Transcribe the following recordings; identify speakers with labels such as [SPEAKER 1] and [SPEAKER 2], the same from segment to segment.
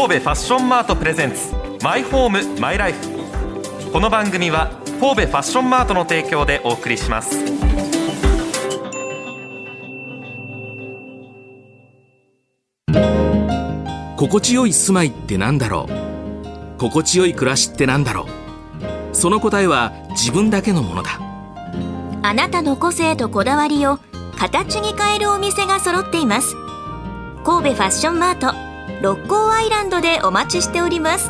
[SPEAKER 1] 神戸ファッションマートプレゼンツマイホームマイライフ。この番組は神戸ファッションマートの提供でお送りします。
[SPEAKER 2] 心地よい住まいってなんだろう、心地よい暮らしってなんだろう。その答えは自分だけのものだ。
[SPEAKER 3] あなたの個性とこだわりを形に変えるお店が揃っています。神戸ファッションマート六甲アイランドでお待ちしております。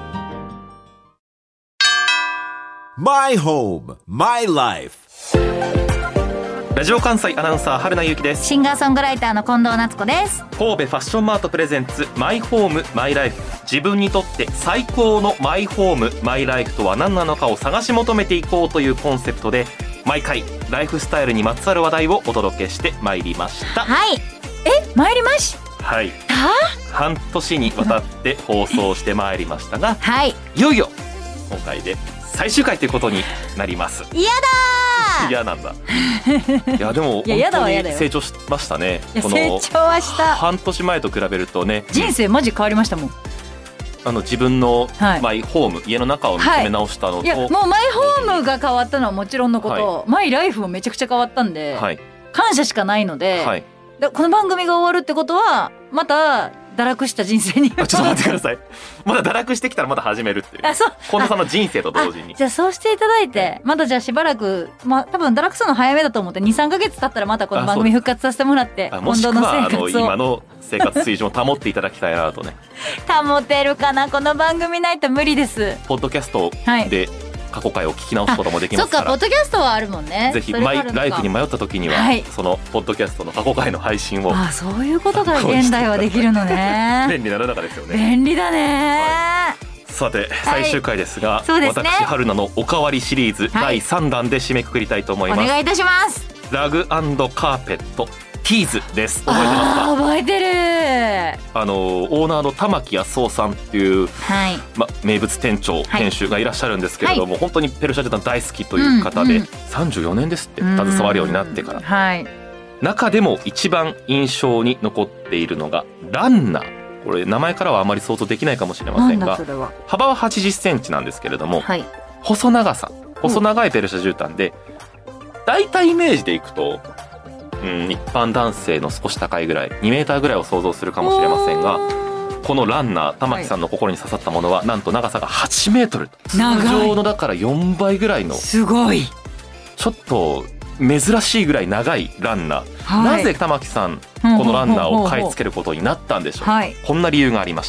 [SPEAKER 4] My Home, My Life。
[SPEAKER 1] ラジオ関西アナウンサー春名由紀です。
[SPEAKER 5] シンガーソングライターの近藤夏子です。
[SPEAKER 1] 神戸ファッションマートプレゼンツマイホームマイライフ。自分にとって最高のマイホームマイライフとは何なのかを探し求めていこうというコンセプトで、毎回ライフスタイルにまつわる話題をお届けしてまいりました。
[SPEAKER 5] はい。参りまし
[SPEAKER 1] はい、半年にわたって放送してまいりましたが、
[SPEAKER 5] はい、
[SPEAKER 1] いよいよ今回で最終回ということになります。
[SPEAKER 5] 嫌だー。
[SPEAKER 1] 嫌なんだ。いやでも本当に成長しましたね。この
[SPEAKER 5] 成長はした。
[SPEAKER 1] 半年前と比べるとね、
[SPEAKER 5] 人生マジ変わりましたもん。
[SPEAKER 1] 自分のマイホーム、家の中を見つめ直したのと、
[SPEAKER 5] いやもうマイホームが変わったのはもちろんのこと、マイライフもめちゃくちゃ変わったんで、感謝しかないので、この番組が終わるってことはまた堕落した人生に
[SPEAKER 1] ちょっと待ってください。まだ堕落してきたらまた始めるっていう。近藤さんの人生と同時に。
[SPEAKER 5] じゃあそうしていただいて、またじゃあしばらく、多分堕落するの早めだと思って 2,3 ヶ月経ったらまたこの番組復活させてもらって、
[SPEAKER 1] もしくは今の生活水準を保っていただきたいなとね。
[SPEAKER 5] 保てるかな、この番組ないと無理です。
[SPEAKER 1] ポッドキャストで過去回を聞き直すこともできますから。
[SPEAKER 5] そっか、ポッドキャストはあるもんね。
[SPEAKER 1] ぜひマイライフに迷った時には、そのポッドキャストの過去回の配信を。
[SPEAKER 5] そういうことが現代はできるのね。
[SPEAKER 1] 便利な世の中ですよね。
[SPEAKER 5] 便利だね。
[SPEAKER 1] さて最終回ですが、私春菜のおかわりシリーズ第3弾で締めくくりたいと思います。
[SPEAKER 5] お願いいたします。
[SPEAKER 1] ラグ&カーペットティーズです。覚えてますか？
[SPEAKER 5] 覚えてる。
[SPEAKER 1] オーナーの玉木康夫さんっていう、名物店長、店主がいらっしゃるんですけれども、本当にペルシャ絨毯大好きという方で、34年ですって携わるようになってから、中でも一番印象に残っているのがランナー。これ名前からはあまり想像できないかもしれませんが、幅は80センチなんですけれども、細長いペルシャ絨毯で、だいたいイメージでいくと一般男性の少し高いぐらい2メーターぐらいを想像するかもしれませんが、このランナー玉木さんの心に刺さったものは、なんと長さが8メートル、通常のだから4倍ぐらいの、
[SPEAKER 5] すごい
[SPEAKER 1] ちょっと珍しいぐらい長いランナー、なぜ玉木さんこのランナーを買い付けることになったんでしょう。こんな理由がありました。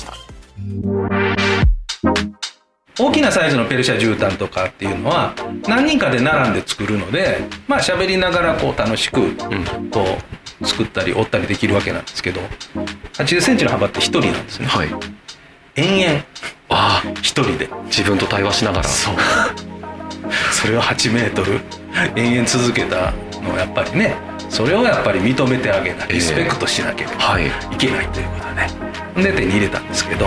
[SPEAKER 6] 大きなサイズのペルシャ絨毯とかっていうのは何人かで並んで作るので、喋りながらこう楽しくこう作ったり折ったりできるわけなんですけど、80センチの幅って1人なんですね。延々1人で
[SPEAKER 1] 自分と対話しながら、
[SPEAKER 6] それを8メートル延々続けたのはやっぱりね、それをやっぱり認めてあげない、リスペクトしなければいけないということで手に入れたんですけど、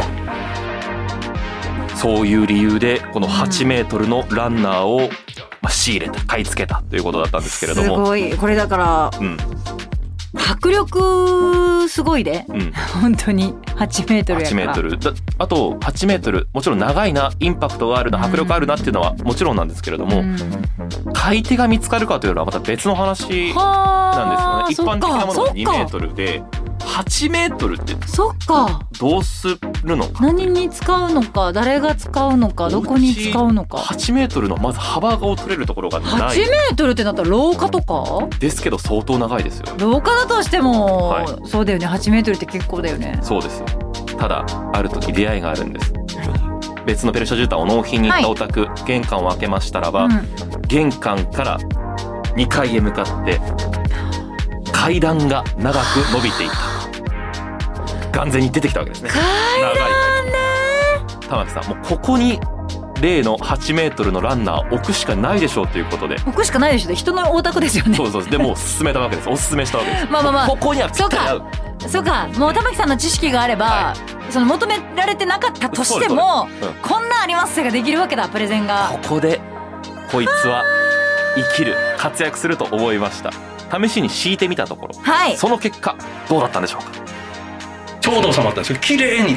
[SPEAKER 1] そういう理由でこの8メートルのランナーを仕入れた、買い付けたということだったんですけれども、
[SPEAKER 5] すごい。これだから、迫力すごいで、本当に8メートルやから。8メートルあと8メートル、もちろん長いな、インパクトがあるな、迫力あるなっていうのはもちろんなんですけれども、買い手が見つかるかというのはまた別の話なんですよね。一般的なものが2メートルで8メートルってどうするのか、 何に使うのか、誰が使うのか、どこに使うのか。
[SPEAKER 1] 8メートルのまず幅を取れるところがない。
[SPEAKER 5] 8メートルってなったら廊下とか
[SPEAKER 1] ですけど相当長いですよ。
[SPEAKER 5] 廊下だとしても、そうだよね。8メートルって結構だよね。
[SPEAKER 1] そうです。ただある時出会いがあるんです。別のペルシャ絨毯を納品に行ったお宅、玄関を開けましたらば、玄関から2階へ向かって階段が長く伸びていた。完全に出てきたわけですね。
[SPEAKER 5] 階段ね。
[SPEAKER 1] 玉木さん、もうここに例の8メートルのランナー置くしかないでしょうということで。
[SPEAKER 5] 置くしかないでしょう。人の大宅ですよね。
[SPEAKER 1] そうでもう勧めたわけです。お勧めしたわけです。ここにはぴったり合う。
[SPEAKER 5] そうか、もう玉木さんの知識があれば、その求められてなかったとしても、こんなんありますができるわけだ、プレゼンが。
[SPEAKER 1] ここでこいつは生きる、活躍すると思いました。試しに敷いてみたところ、その結果どうだったんでしょうか。
[SPEAKER 6] ちょうど収まったんですよ。綺麗に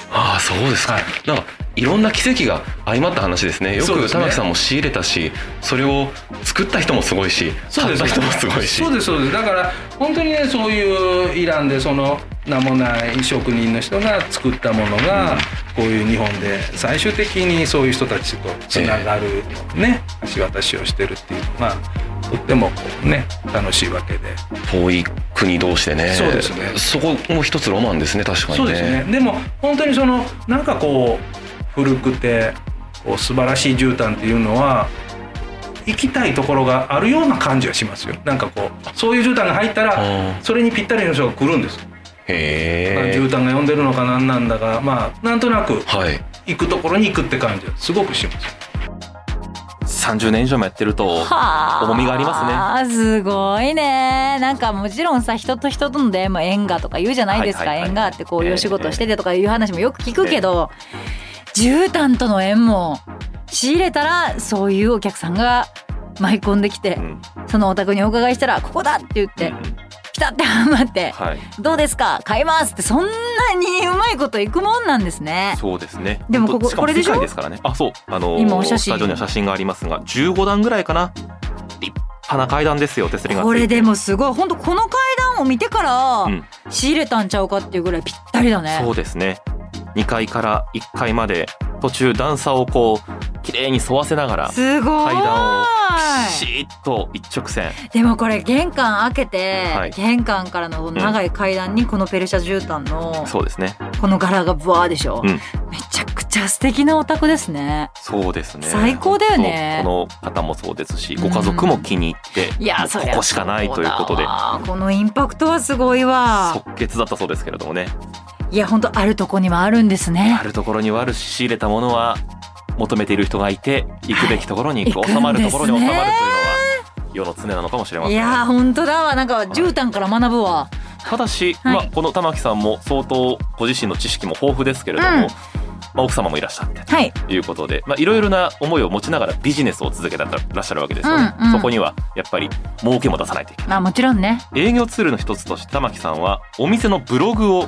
[SPEAKER 1] ああそうですか、はい、なんかいろんな奇跡が相まった話ですね。よく玉木さんも仕入れたし、それを作った人もすごいし、買った人もすごいし。
[SPEAKER 6] そうですそうです。だから本当にね、そういうイランでその名もない職人の人が作ったものが、こういう日本で最終的にそういう人たちとつながるね、橋渡しをしてるっていうのがとってもこうね楽しいわけで。
[SPEAKER 1] 遠い国同士でね。
[SPEAKER 6] そうですね。
[SPEAKER 1] そこも一つロマンですね、確かにね。
[SPEAKER 6] そうですね。でも本当にそのなんかこう古くてこう素晴らしい絨毯っていうのは行きたいところがあるような感じがしますよ。なんかこうそういう絨毯が入ったらそれにぴったりの人が来るんです。
[SPEAKER 1] へ
[SPEAKER 6] 絨毯が呼んでるのか何なんだか、まあなんとなく行くところに行くって感じがすごくします。
[SPEAKER 1] 30年以上もやってると重みがありますね。
[SPEAKER 5] すごいね。なんかもちろんさ、人と人との出会いも縁がとか言うじゃないですか。縁があってこういうお仕事をしててとかいう話もよく聞くけど、絨毯との縁も仕入れたらそういうお客さんが舞い込んできて、そのお宅にお伺いしたらここだって言って、ピタッてハマって、どうですか買いますって、そんなにうまいこといくもんなんですね。
[SPEAKER 1] そうですね。
[SPEAKER 5] でもこれでしょ。世界です
[SPEAKER 1] からね。あ、そう、
[SPEAKER 5] 今お写真
[SPEAKER 1] スタジオには写真がありますが、15段ぐらいかな。立派な階段ですよ。手すりがついて。
[SPEAKER 5] これでもすごい。本当この階段を見てから仕入れたんちゃうかっていうぐらいぴったりだね。
[SPEAKER 1] そうですね。2階から1階まで途中段差をこう綺麗に沿わせながら
[SPEAKER 5] すごい
[SPEAKER 1] 階段をピシッと一直線。
[SPEAKER 5] でもこれ玄関開けて、玄関からの長い階段にこのペルシャ絨毯の
[SPEAKER 1] そうですね、
[SPEAKER 5] この柄がブワーでしょ、めちゃくちゃ素敵なお宅ですね。
[SPEAKER 1] そうですね、
[SPEAKER 5] 最高だよね。
[SPEAKER 1] この方もそうですし、ご家族も気に入って、
[SPEAKER 5] いや
[SPEAKER 1] ここしかないということで、
[SPEAKER 5] このインパクトはすごいわ。
[SPEAKER 1] 即決だったそうですけれどもね。
[SPEAKER 5] いや本当あるとこにはあるんですね。
[SPEAKER 1] あるところにはあるし、仕入れたものは求めている人がいて、行くべきところに行く、収まるところに収まるというのは世の常なのかもしれません。
[SPEAKER 5] いや本当だわ。なんか絨毯から学ぶわ。
[SPEAKER 1] ただし、この玉木さんも相当ご自身の知識も豊富ですけれども、奥様もいらっしゃってということで、いろいろな思いを持ちながらビジネスを続けてらっしゃるわけですよね。そこにはやっぱり儲けも出さないといけない。
[SPEAKER 5] もちろんね。
[SPEAKER 1] 営業ツールの一つとして玉木さんはお店のブログを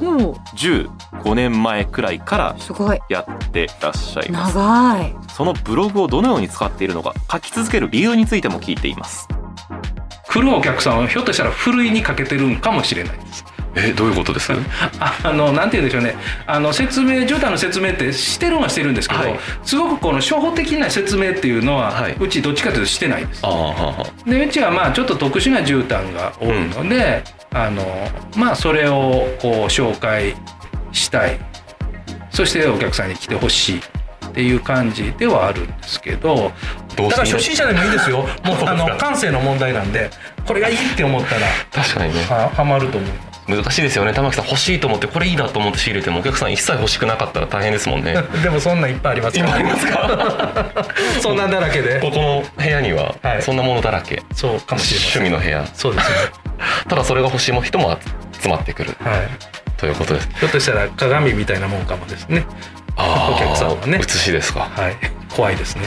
[SPEAKER 1] 15年前くらいからやってらっしゃいます。
[SPEAKER 5] 長い。
[SPEAKER 1] そのブログをどのように使っているのか、書き続ける理由についても聞いています。
[SPEAKER 6] 来るお客さんはひょっとしたらふるいにかけてるんかもしれないです。
[SPEAKER 1] どういうことですか？
[SPEAKER 6] なんて言うんでしょうね。説明、絨毯の説明ってしてるのはしてるんですけど、すごくこの初歩的な説明っていうのは、うちどっちかというとしてないです。でうちはちょっと特殊な絨毯が多いので、それをこう紹介したい、そしてお客さんに来てほしいっていう感じではあるんですけど、だから初心者でもいいですよ。もう感性の問題なんで、これがいいって思ったら
[SPEAKER 1] 確かにね、
[SPEAKER 6] はまると思います。
[SPEAKER 1] 難しいですよね。玉木さん欲しいと思ってこれいいなと思って仕入れてもお客さん一切欲しくなかったら大変ですもんね。
[SPEAKER 6] でもそんなんいっぱいありますから。
[SPEAKER 1] ありますか？
[SPEAKER 6] そんなんだらけで。
[SPEAKER 1] ここの部屋にはそんなものだらけ。
[SPEAKER 6] そうかもしれません。
[SPEAKER 1] 趣味の部屋。
[SPEAKER 6] そうですね。
[SPEAKER 1] ただそれが欲しい人も集まってくる、ということです。
[SPEAKER 6] ひょっとしたら鏡みたいなもんかもですね。お客さんはね。
[SPEAKER 1] 写しですか。
[SPEAKER 6] 怖いですね。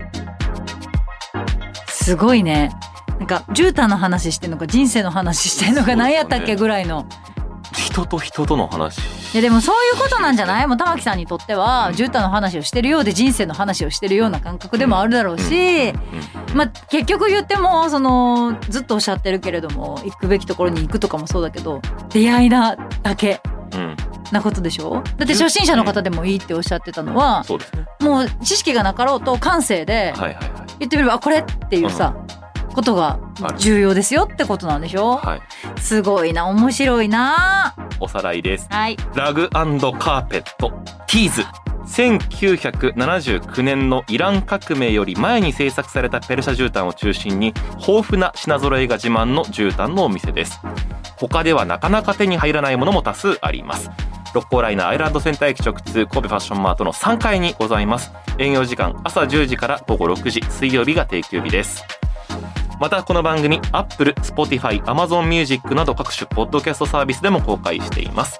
[SPEAKER 6] す
[SPEAKER 5] ごいね。なんか絨毯の話してんのか人生の話してんのか何やったっけぐらいの。
[SPEAKER 1] 人と人との話。
[SPEAKER 5] いやでもそういうことなんじゃない？もう玉木さんにとっては絨毯の話をしてるようで人生の話をしてるような感覚でもあるだろうし、結局言ってもずっとおっしゃってるけれども、行くべきところに行くとかもそうだけど、出会いなだけなことでしょ。だって初心者の方でもいいっておっしゃってたのは、もう知識がなかろうと感性で言ってみればこれっていうさ、ことが重要ですよってことなんでしょ。すごいな、面白いな。
[SPEAKER 1] おさらいです。ラグ&カーペットティーズ、1979年のイラン革命より前に制作されたペルシャ絨毯を中心に豊富な品揃えが自慢の絨毯のお店です。他ではなかなか手に入らないものも多数あります。六甲ライナーアイランドセンター駅直通神戸ファッションマートの3階にございます。営業時間朝10時から午後6時、水曜日が定休日です。またこの番組 Apple、Spotify、Amazon Music など各種ポッドキャストサービスでも公開しています。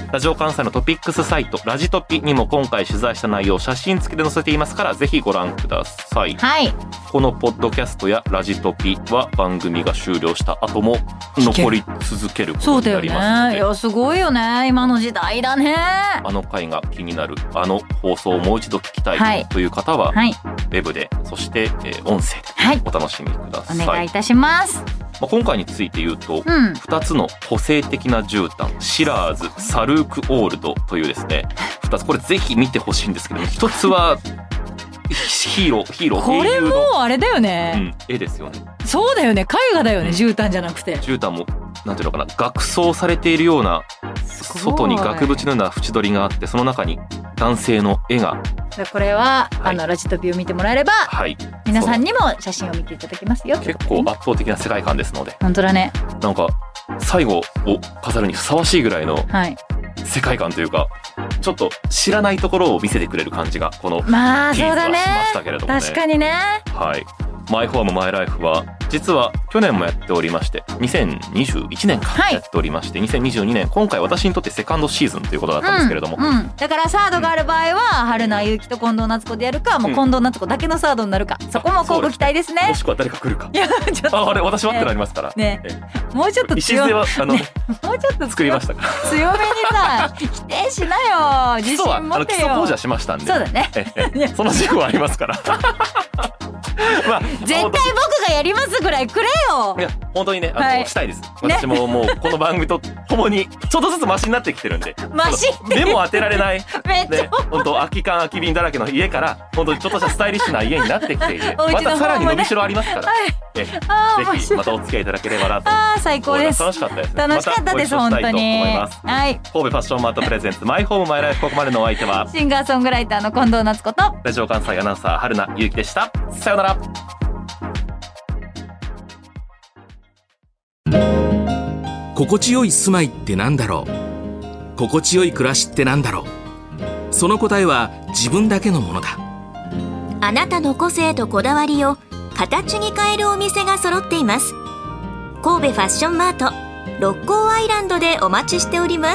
[SPEAKER 1] ラジオ関西のトピックスサイトラジトピにも今回取材した内容を写真付きで載せていますから、ぜひご覧ください。
[SPEAKER 5] はい。
[SPEAKER 1] このポッドキャストやラジトピは番組が終了した後も残り続けることになりますので。
[SPEAKER 5] そうだよね。いやすごいよね、今の時代だね。
[SPEAKER 1] あの回が気になる、あの放送をもう一度聞きたいという方は、ウェブで、そして音声でお楽しみください。
[SPEAKER 5] お願いいたします。
[SPEAKER 1] 今回について言うと、2つの個性的な絨毯、シラーズ、サルークオールドというですね、2つ、これぜひ見てほしいんですけども、1つはヒーロー
[SPEAKER 5] これもうあれだよね、
[SPEAKER 1] 絵ですよね。
[SPEAKER 5] そうだよね、絵画だよね、絨毯じゃなくて。
[SPEAKER 1] 絨毯もなんていうのかな、額装されているような、外に額縁のような縁取りがあって、その中に男性の絵が。
[SPEAKER 5] これは、ラジトピを見てもらえれば、皆さんにも写真を見ていただけますよ。
[SPEAKER 1] 結構圧倒的な世界観ですので。
[SPEAKER 5] 本当だね。
[SPEAKER 1] なんか最後を飾るにふさわしいぐらいの世界観というか、ちょっと知らないところを見せてくれる感じがこのティーズはしましたけれどもね。
[SPEAKER 5] 確かにね。
[SPEAKER 1] はい。マイホームマイライフは実は去年もやっておりまして、2021年からやっておりまして、2022年今回私にとってセカンドシーズンということだったんですけれども、
[SPEAKER 5] だからサードがある場合は春菜ゆうきと近藤夏子でやるか、もう近藤夏子だけのサードになるか、そこも交互期待ですね。
[SPEAKER 1] もしくは誰か来るか。いやちょっとあれ私はってなりますから
[SPEAKER 5] ね。もうちょっと強め、もうちょっと
[SPEAKER 1] 作りましたから
[SPEAKER 5] 強めにさ否定しなよ、自信持ってよ。
[SPEAKER 1] 基礎工事はしましたんで。
[SPEAKER 5] そうだね。
[SPEAKER 1] その軸はありますから。
[SPEAKER 5] 絶対僕がやりますぐらいくれよ。
[SPEAKER 1] いや本当にね、したいです。私ももうこの番組とともにちょっとずつマシになってきてるんで。
[SPEAKER 5] マシ？
[SPEAKER 1] 目も当てられない。
[SPEAKER 5] めっちゃ。
[SPEAKER 1] 本当空き缶空き瓶だらけの家から本当にちょっとしたスタイリッシュな家になってきていて、またさらに伸びしろありますから。ぜひまたお付き合いいただければなと。
[SPEAKER 5] 最高です。
[SPEAKER 1] 楽しかったです。
[SPEAKER 5] 楽しかったです本当に。
[SPEAKER 1] はい。神戸ファッションマートプレゼンツマイホームマイライフ、ここまでのお相手は
[SPEAKER 5] シンガーソングライターの近藤夏子と
[SPEAKER 1] ラジオ関西アナウンサー春名ゆうきでした。さようなら。
[SPEAKER 2] 心地よい住まいってなんだろう、心地よい暮らしってなんだろう、その答えは自分だけのものだ。
[SPEAKER 3] あなたの個性とこだわりを形に変えるお店が揃っています。神戸ファッションマート六甲アイランドでお待ちしております。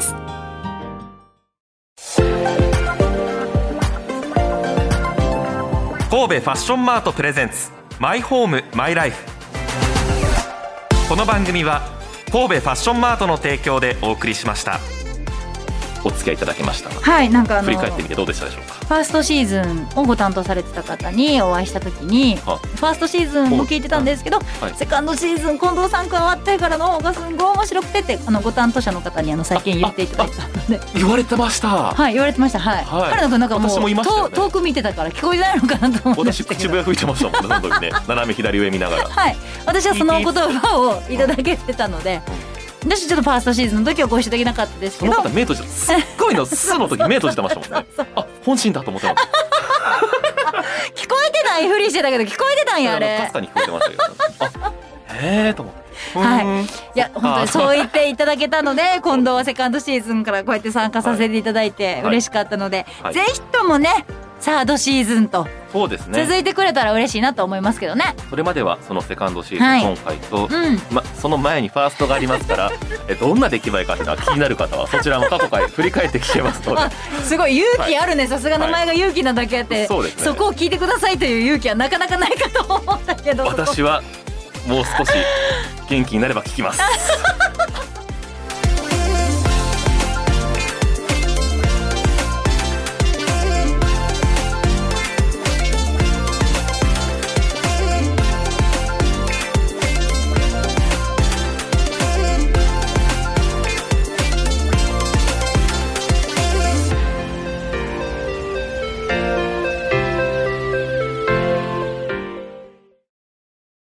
[SPEAKER 1] 神戸ファッションマートプレゼンツマイホームマイライフ。この番組は神戸ファッションマートの提供でお送りしました。お付き合いいただきました。
[SPEAKER 5] はい、なんか
[SPEAKER 1] 振り返ってみてどうでしたでしょうか。
[SPEAKER 5] ファーストシーズンをご担当されてた方にお会いした時に、ファーストシーズンも聞いてたんですけど、セカンドシーズン近藤さん加わってからの方がすごい面白くてってご担当者の方に最近言っていただいたので。
[SPEAKER 1] 言われてました。
[SPEAKER 5] はい、言われてました。はい。春菜くんなんかもう遠く見てたから聞こえないのかなと思うんですけど。
[SPEAKER 1] 私口笛吹いてましたもんね、その時ね。斜め左上見ながら。
[SPEAKER 5] はい。私はその言葉をいただけてたので。私ちょっとファーストシーズンの時はご一緒できなかったですけど、
[SPEAKER 1] その方目閉じてすっごいのスの時目閉じてましたもんね。あ、本心だと思ってました。
[SPEAKER 5] 聞こえてないふりしてたけど聞こえてたんやあれ。
[SPEAKER 1] かすかに聞こえてましたけど。あ、と思って。
[SPEAKER 5] はい。いや本当にそう言っていただけたので、今度はセカンドシーズンからこうやって参加させていただいて嬉しかったので、ぜひともねサードシーズンと
[SPEAKER 1] そうですね、
[SPEAKER 5] 続いてくれたら嬉しいなと思いますけどね。
[SPEAKER 1] それまではそのセカンドシーズン、今回と、その前にファーストがありますからどんな出来栄えかというのは気になる方はそちらも過去回振り返って聞けますので。
[SPEAKER 5] すごい勇気あるね、さすが名前が勇気なだけあって、そこを聞いてくださいという勇気はなかなかないかと思ったけど、
[SPEAKER 1] 私はもう少し元気になれば聞きます。